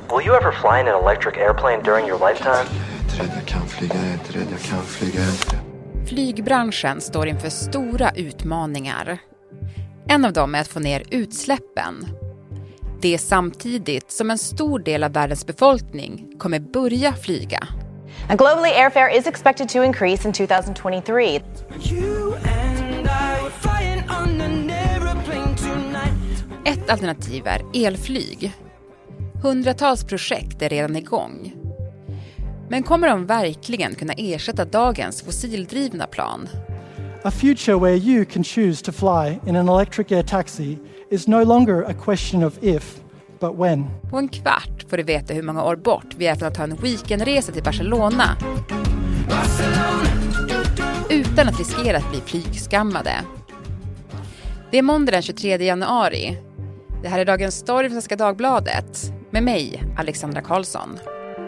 Will you ever fly in an electric airplane during your lifetime? Flygbranschen står inför stora utmaningar. En av dem är att få ner utsläppen. Det är samtidigt som en stor del av världens befolkning kommer börja flyga. And globally, airfare is expected to increase in 2023. Ett alternativ är elflyg. Hundratals projekt är redan igång. Men kommer de verkligen kunna ersätta dagens fossildrivna plan? A future where you can choose to fly in an electric air taxi is no longer a question of if, but when. På en kvart får du veta hur många år bort vi är från att ta en weekendresa till Barcelona. Utan att riskera att bli flygskammade. Det är måndag den 23 januari. Det här är dagens story från Svenska Dagbladet. Med mig, Alexandra Karlsson.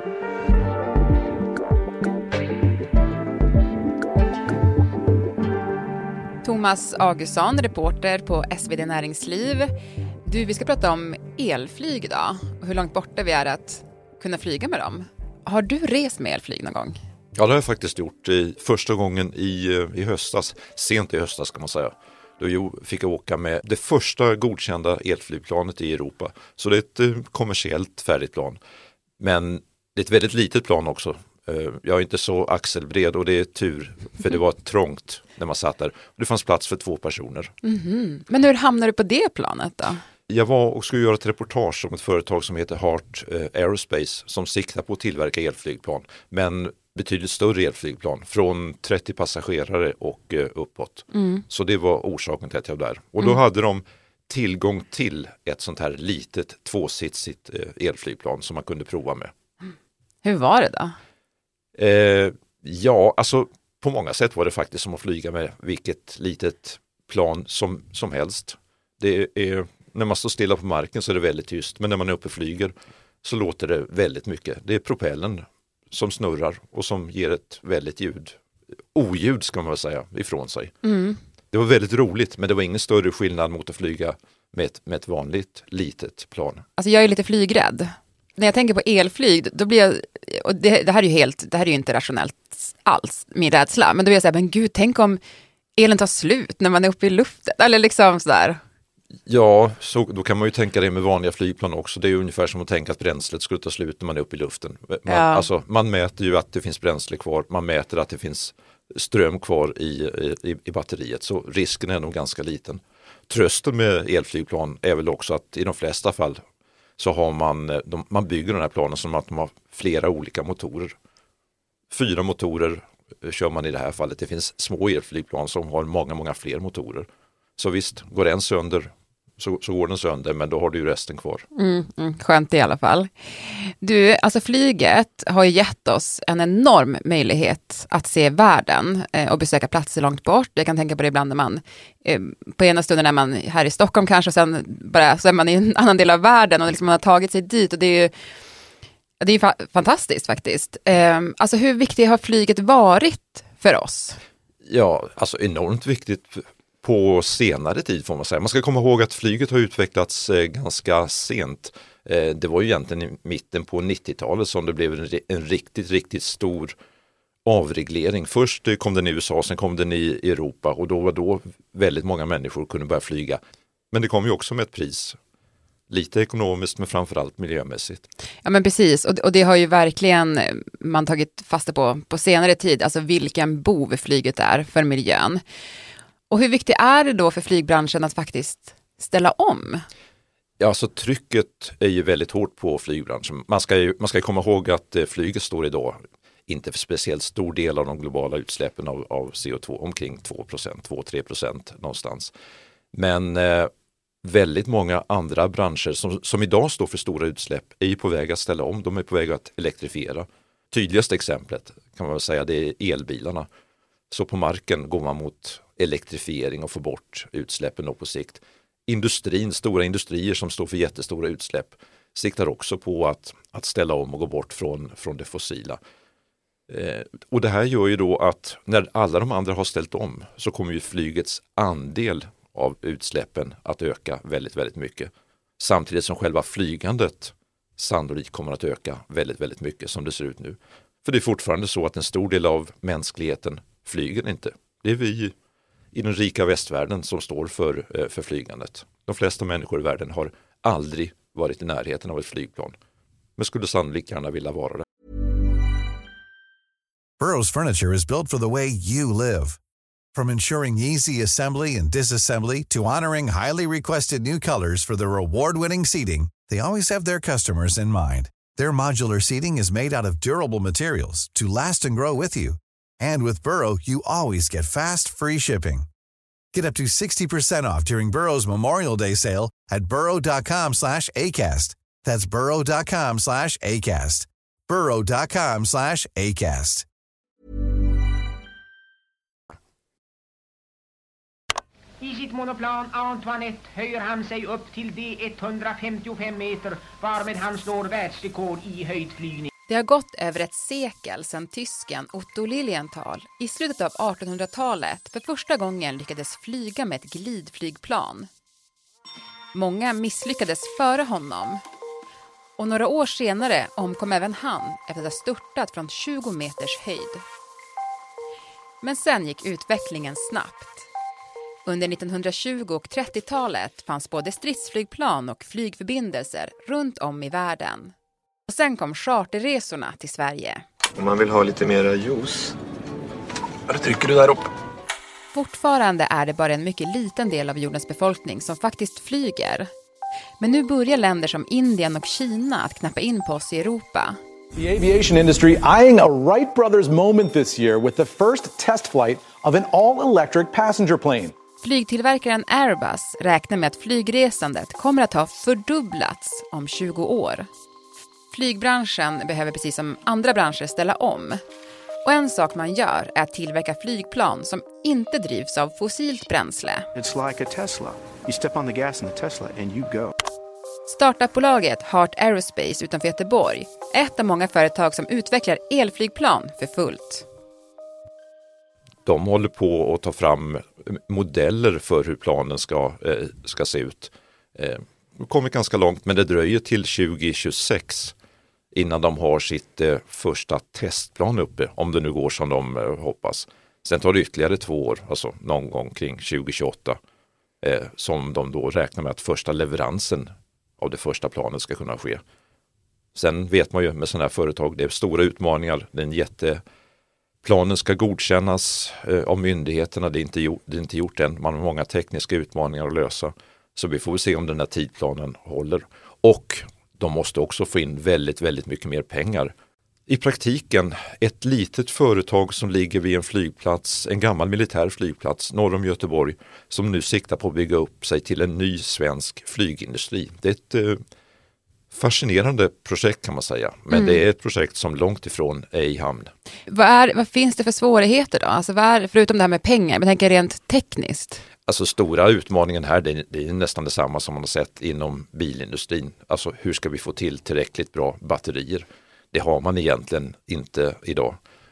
Thomas Augustsson, reporter på SvD Näringsliv. Du, vi ska prata om elflyg idag och hur långt borta vi är att kunna flyga med dem. Har du rest med elflyg någon gång? Ja, det har jag faktiskt gjort. Första gången i höstas, sent i höstas kan man säga. Då fick jag åka med det första godkända elflygplanet i Europa. Så det är ett kommersiellt färdigt plan. Men det är ett väldigt litet plan också. Jag är inte så axelbred och det är tur. För det var trångt när man satt där. Det fanns plats för 2 personer. Mm-hmm. Men hur hamnade du på det planet då? Jag var och skulle göra ett reportage om ett företag som heter Heart Aerospace. Som siktar på att tillverka elflygplan. Men betydligt större elflygplan. Från 30 passagerare och uppåt. Mm. Så det var orsaken till att jag var där. Och då hade de tillgång till ett sånt här litet 2-sitsigt elflygplan som man kunde prova med. Hur var det då? Ja, alltså på många sätt var det faktiskt som att flyga med vilket litet plan som helst. Det är, när man står stilla på marken så är det väldigt tyst. Men när man är uppe och flyger så låter det väldigt mycket. Det är propellen som snurrar och som ger ett väldigt ljud. Oljud ska man väl säga ifrån sig. Mm. Det var väldigt roligt men det var ingen större skillnad mot att flyga med ett vanligt litet plan. Alltså jag är lite flygrädd. När jag tänker på elflyg då blir jag, och det här är ju inte rationellt alls, min rädsla. Men då blir jag så här, men gud, tänk om elen tar slut när man är uppe i luften. Eller liksom sådär. Ja, så då kan man ju tänka det med vanliga flygplan också. Det är ju ungefär som att tänka att bränslet skulle ta slut när man är uppe i luften. Man mäter ju att det finns bränsle kvar. Man mäter att det finns ström kvar i batteriet. Så risken är nog ganska liten. Trösten med elflygplan är väl också att i de flesta fall så har man bygger den här planen som att de har flera olika motorer. 4 motorer kör man i det här fallet. Det finns små elflygplan som har många fler motorer. Så visst, går en sönder så går den sönder, men då har du ju resten kvar. Skönt i alla fall. Du, alltså flyget har ju gett oss en enorm möjlighet att se världen och besöka platser långt bort. Jag kan tänka på det ibland när man på ena stunden är man här i Stockholm kanske och sen bara så är man i en annan del av världen och liksom man har tagit sig dit och det är ju fantastiskt faktiskt. Alltså hur viktigt har flyget varit för oss? Ja, alltså enormt viktigt på senare tid får man säga. Man ska komma ihåg att flyget har utvecklats ganska sent. Det var ju egentligen i mitten på 90-talet som det blev en riktigt stor avreglering. Först kom den i USA, sen kom den i Europa och då var väldigt många människor kunde börja flyga. Men det kom ju också med ett pris. Lite ekonomiskt men framförallt miljömässigt. Ja men precis och det har ju verkligen man tagit fasta på senare tid. Alltså vilken bov flyget är för miljön. Och hur viktigt är det då för flygbranschen att faktiskt ställa om? Ja, så trycket är ju väldigt hårt på flygbranschen. Man ska komma ihåg att flyget står idag inte för speciellt stor del av de globala utsläppen av CO2, omkring 2-3% någonstans. Men väldigt många andra branscher som idag står för stora utsläpp är ju på väg att ställa om. De är på väg att elektrifiera. Tydligaste exemplet kan man väl säga det är elbilarna. Så på marken går man mot elektrifiering och få bort utsläppen på sikt. Stora industrier som står för jättestora utsläpp siktar också på att ställa om och gå bort från det fossila. Och det här gör ju då att när alla de andra har ställt om så kommer ju flygets andel av utsläppen att öka väldigt, väldigt mycket. Samtidigt som själva flygandet sannolikt kommer att öka väldigt, väldigt mycket som det ser ut nu. För det är fortfarande så att en stor del av mänskligheten flyger inte. Det är vi i den rika västvärlden som står för flygandet. De flesta människor i världen har aldrig varit i närheten av ett flygplan, men skulle sannolikt gärna vilja vara det. Burrow's furniture is built for the way you live. From ensuring easy assembly and disassembly to honoring highly requested new colors for their award-winning seating, they always have their customers in mind. Their modular seating is made out of durable materials to last and grow with you. And with Burrow, you always get fast, free shipping. Get up to 60% off during Burrow's Memorial Day sale at burrow.com/ACAST. That's burrow.com/ACAST. burrow.com/ACAST. I sitt monoplan Antoinette höjer han sig upp till de 155 meter varmed han slår världsrekord i höjdflygning. Det har gått över ett sekel sedan tysken Otto Lilienthal i slutet av 1800-talet för första gången lyckades flyga med ett glidflygplan. Många misslyckades före honom. Och några år senare omkom även han efter att ha störtat från 20 meters höjd. Men sen gick utvecklingen snabbt. Under 1920- och 30-talet fanns både stridsflygplan och flygförbindelser runt om i världen. Och sen kom charterresorna till Sverige. Om man vill ha lite mera juice, vad trycker du där uppe? Fortfarande är det bara en mycket liten del av jordens befolkning som faktiskt flyger. Men nu börjar länder som Indien och Kina att knappa in på oss i Europa. The aviation industry eyeing a Wright Brothers moment this year with the first test flight of an all-electric passenger plane. Flygtillverkaren Airbus räknar med att flygresandet kommer att ha fördubblats om 20 år. Flygbranschen behöver precis som andra branscher ställa om. Och en sak man gör är att tillverka flygplan som inte drivs av fossilt bränsle. It's like a Tesla. You step on the gas in the Tesla and you go. Startupbolaget Heart Aerospace utanför Göteborg är ett av många företag som utvecklar elflygplan för fullt. De håller på att ta fram modeller för hur planen ska se ut. De kommer ganska långt, men det dröjer till 2026 innan de har sitt första testplan uppe, om det nu går som de hoppas. Sen tar det ytterligare 2 år, alltså någon gång kring 2028, som de då räknar med att första leveransen av det första planet ska kunna ske. Sen vet man ju med sådana här företag, det är stora utmaningar, planen ska godkännas av myndigheterna, det är inte gjort än, man har många tekniska utmaningar att lösa. Så vi får väl se om den här tidplanen håller. Och de måste också få in väldigt, väldigt mycket mer pengar. I praktiken, ett litet företag som ligger vid en flygplats, en gammal militär flygplats norr om Göteborg, som nu siktar på att bygga upp sig till en ny svensk flygindustri. Det är ett fascinerande projekt kan man säga, men det är ett projekt som långt ifrån är i hamn. Vad finns det för svårigheter då? Alltså förutom det här med pengar, men tänker rent tekniskt? Alltså stora utmaningen här, det är nästan detsamma som man har sett inom bilindustrin. Alltså hur ska vi få till tillräckligt bra batterier? Det har man egentligen inte idag.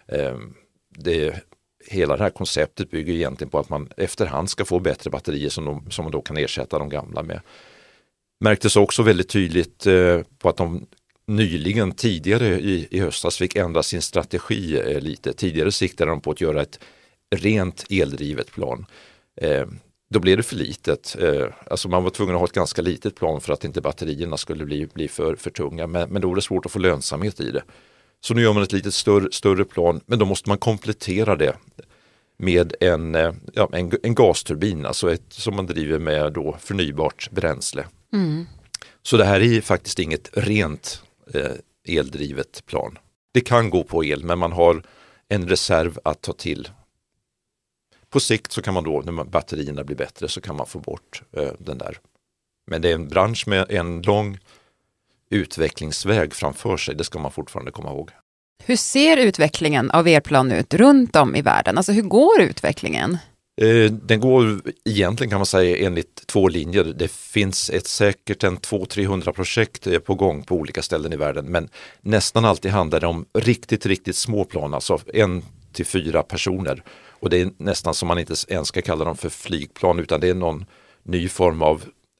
Hela det här konceptet bygger egentligen på att man efterhand ska få bättre batterier som man då kan ersätta de gamla med. Märktes också väldigt tydligt på att de nyligen tidigare i höstas fick ändra sin strategi lite. Tidigare siktade de på att göra ett rent eldrivet plan. Då blev det för litet. Alltså man var tvungen att ha ett ganska litet plan för att inte batterierna skulle bli för tunga. Men då är det svårt att få lönsamhet i det. Så nu gör man ett lite större plan, men då måste man komplettera det med en gasturbin, alltså som man driver med då förnybart bränsle. Så det här är faktiskt inget rent eldrivet plan. Det kan gå på el, men man har en reserv att ta till. På sikt så kan man då, när batterierna blir bättre, så kan man få bort den där. Men det är en bransch med en lång utvecklingsväg framför sig, det ska man fortfarande komma ihåg. Hur ser utvecklingen av elplan ut runt om i världen? Alltså hur går utvecklingen? Den går egentligen kan man säga enligt 2 linjer. Det finns säkert 200-300 projekt på gång på olika ställen i världen, men nästan alltid handlar det om riktigt, riktigt små plan, alltså 1-4 personer. Och det är nästan som man inte ens ska kalla dem för flygplan, utan det är någon ny form av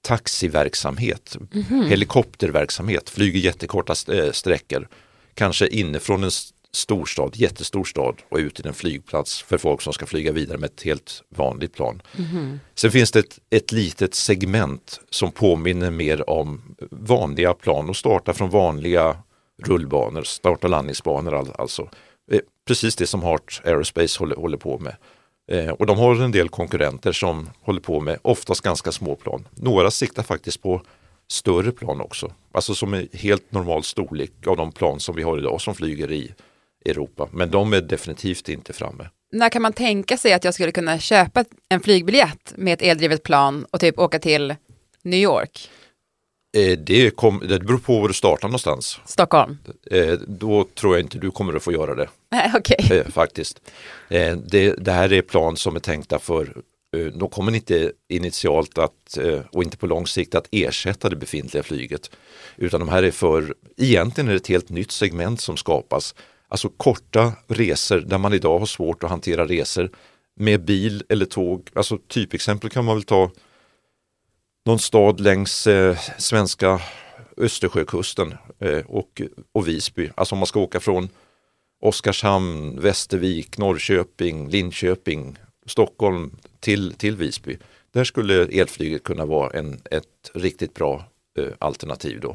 taxiverksamhet, helikopterverksamhet, flyger jättekorta sträckor, kanske inifrån en storstad, jättestor stad och ut till en flygplats för folk som ska flyga vidare med ett helt vanligt plan. Sen finns det ett litet segment som påminner mer om vanliga plan och starta från vanliga rullbanor, start- och landningsbanor alltså. Precis det som Heart Aerospace håller på med. Och de har en del konkurrenter som håller på med oftast ganska små plan. Några siktar faktiskt på större plan också. Alltså som är helt normal storlek av de plan som vi har idag som flyger i Europa. Men de är definitivt inte framme. När kan man tänka sig att jag skulle kunna köpa en flygbiljett med ett eldrivet plan och typ åka till New York? Det beror på var du startar någonstans. Stockholm? Då tror jag inte du kommer att få göra det. Okej. Faktiskt. Det här är plan som är tänkta för, de kommer inte initialt och inte på lång sikt att ersätta det befintliga flyget. Utan de här är egentligen är det ett helt nytt segment som skapas. Alltså korta resor där man idag har svårt att hantera resor med bil eller tåg. Alltså typexempel kan man väl ta någon stad längs svenska Östersjökusten och Visby. Alltså om man ska åka från Oskarshamn, Västervik, Norrköping, Linköping, Stockholm till Visby. Där skulle elflyget kunna vara ett riktigt bra alternativ då.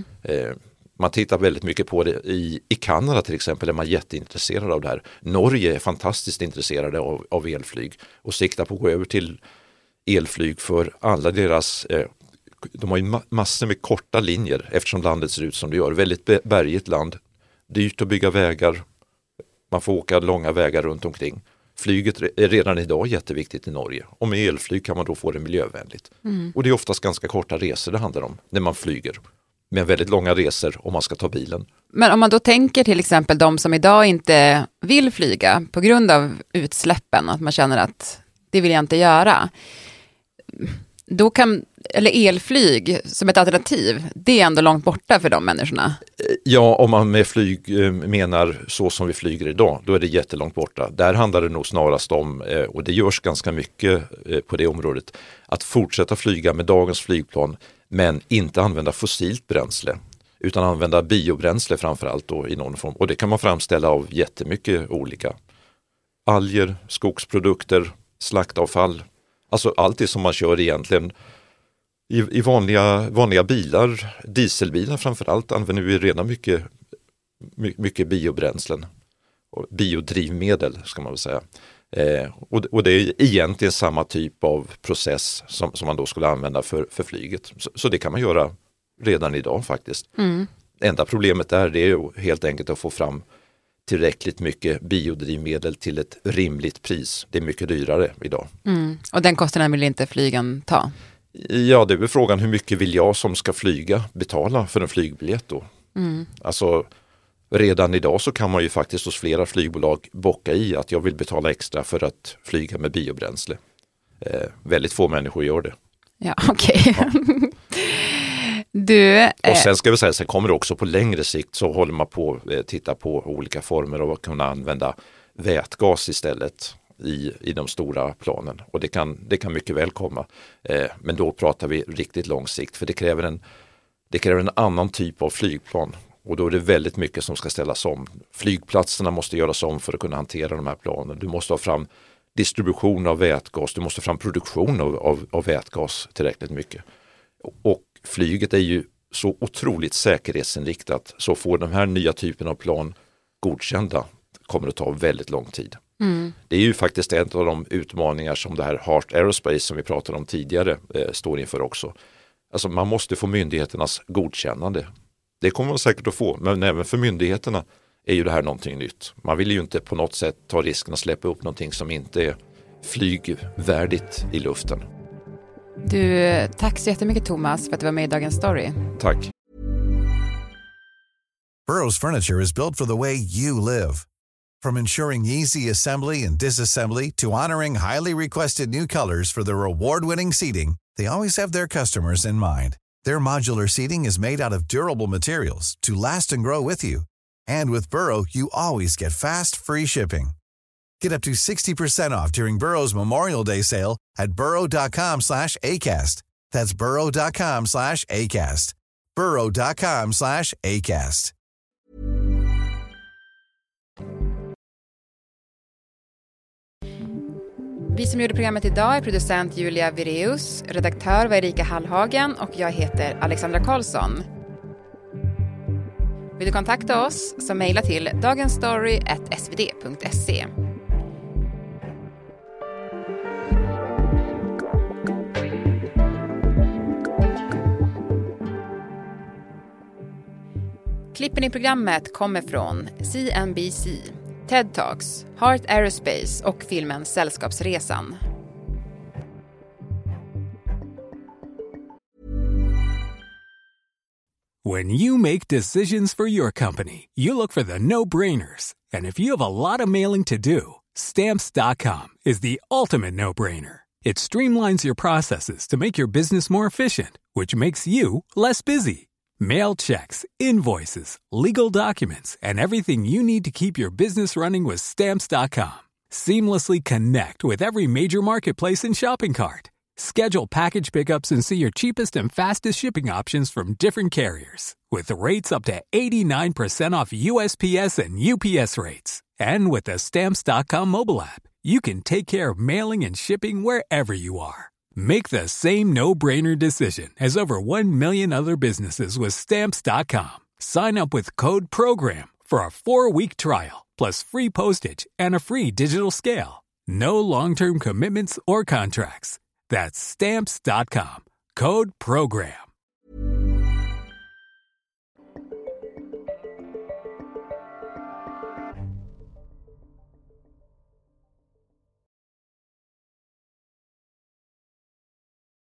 Man tittar väldigt mycket på det i Kanada till exempel, är man jätteintresserad av det här. Norge är fantastiskt intresserade av elflyg och siktar på att gå över till elflyg för alla deras, de har ju massor med korta linjer eftersom landet ser ut som det gör. Väldigt bergigt land, dyrt att bygga vägar, man får åka långa vägar runt omkring. Flyget är redan idag jätteviktigt i Norge och med elflyg kan man då få det miljövänligt. Och det är oftast ganska korta resor det handlar om när man flyger. Med väldigt långa resor om man ska ta bilen. Men om man då tänker till exempel de som idag inte vill flyga på grund av utsläppen, att man känner att det vill jag inte göra. Då eller elflyg som ett alternativ, det är ändå långt borta för de människorna. Ja, om man med flyg menar så som vi flyger idag, då är det jättelångt borta. Där handlar det nog snarast om, och det görs ganska mycket på det området, att fortsätta flyga med dagens flygplan men inte använda fossilt bränsle utan använda biobränsle framförallt då i någon form. Och det kan man framställa av jättemycket olika. Alger, skogsprodukter, slaktavfall. Alltså allt det som man kör egentligen i vanliga bilar, dieselbilar framförallt använder vi redan mycket biobränslen. Och biodrivmedel ska man väl säga. Och det är egentligen samma typ av process som man då skulle använda för flyget. Så det kan man göra redan idag faktiskt. Enda problemet är helt enkelt att få fram tillräckligt mycket biodrivmedel till ett rimligt pris. Det är mycket dyrare idag. Och den kostnaden vill inte flygen ta? Ja, det är väl frågan hur mycket vill jag som ska flyga betala för en flygbiljett då? Alltså redan idag så kan man ju faktiskt hos flera flygbolag bocka i att jag vill betala extra för att flyga med biobränsle. Väldigt få människor gör det. Ja, okej. Ja. Och sen ska vi säga, sen kommer det också på längre sikt så håller man på att titta på olika former av att kunna använda vätgas istället i de stora planen. Och det kan mycket väl komma. Men då pratar vi riktigt lång sikt för det kräver en annan typ av flygplan. Och då är det väldigt mycket som ska ställas om. Flygplatserna måste göras om för att kunna hantera de här planen. Du måste ha fram distribution av vätgas. Du måste ha fram produktion av vätgas tillräckligt mycket. Och flyget är ju så otroligt säkerhetsinriktat. Så får den här nya typen av plan godkända kommer det ta väldigt lång tid. Det är ju faktiskt en av de utmaningar som det här Heart Aerospace som vi pratade om tidigare står inför också. Alltså man måste få myndigheternas godkännande. Det kommer man säkert att få, men även för myndigheterna är ju det här någonting nytt. Man vill ju inte på något sätt ta risken att släppa upp någonting som inte är flygvärdigt i luften. Tack så jättemycket Thomas för att du var med i Dagens Story. Tack. Burrow's furniture is built for the way you live. From ensuring easy assembly and disassembly to honoring highly requested new colors for their award-winning seating, they always have their customers in mind. Their modular seating is made out of durable materials to last and grow with you. And with Burrow, you always get fast, free shipping. Get up to 60% off during Burrow's Memorial Day sale at burrow.com/ACAST. That's burrow.com/ACAST. burrow.com/ACAST. Vi som gjorde programmet idag är producent Julia Vireus, redaktör var Erika Hallhagen och jag heter Alexandra Karlsson. Vill du kontakta oss så mejla till dagensstory@svd.se. Klippen i programmet kommer från CNBC, TED Talks, Heart Aerospace och filmen Sällskapsresan. When you make decisions for your company, you look for the no-brainers. And if you have a lot of mailing to do, Stamps.com is the ultimate no-brainer. It streamlines your processes to make your business more efficient, which makes you less busy. Mail checks, invoices, legal documents, and everything you need to keep your business running with Stamps.com. Seamlessly connect with every major marketplace and shopping cart. Schedule package pickups and see your cheapest and fastest shipping options from different carriers. With rates up to 89% off USPS and UPS rates. And with the Stamps.com mobile app, you can take care of mailing and shipping wherever you are. Make the same no-brainer decision as over 1 million other businesses with Stamps.com. Sign up with code PROGRAM for a 4-week trial, plus free postage and a free digital scale. No long-term commitments or contracts. That's Stamps.com. Code PROGRAM.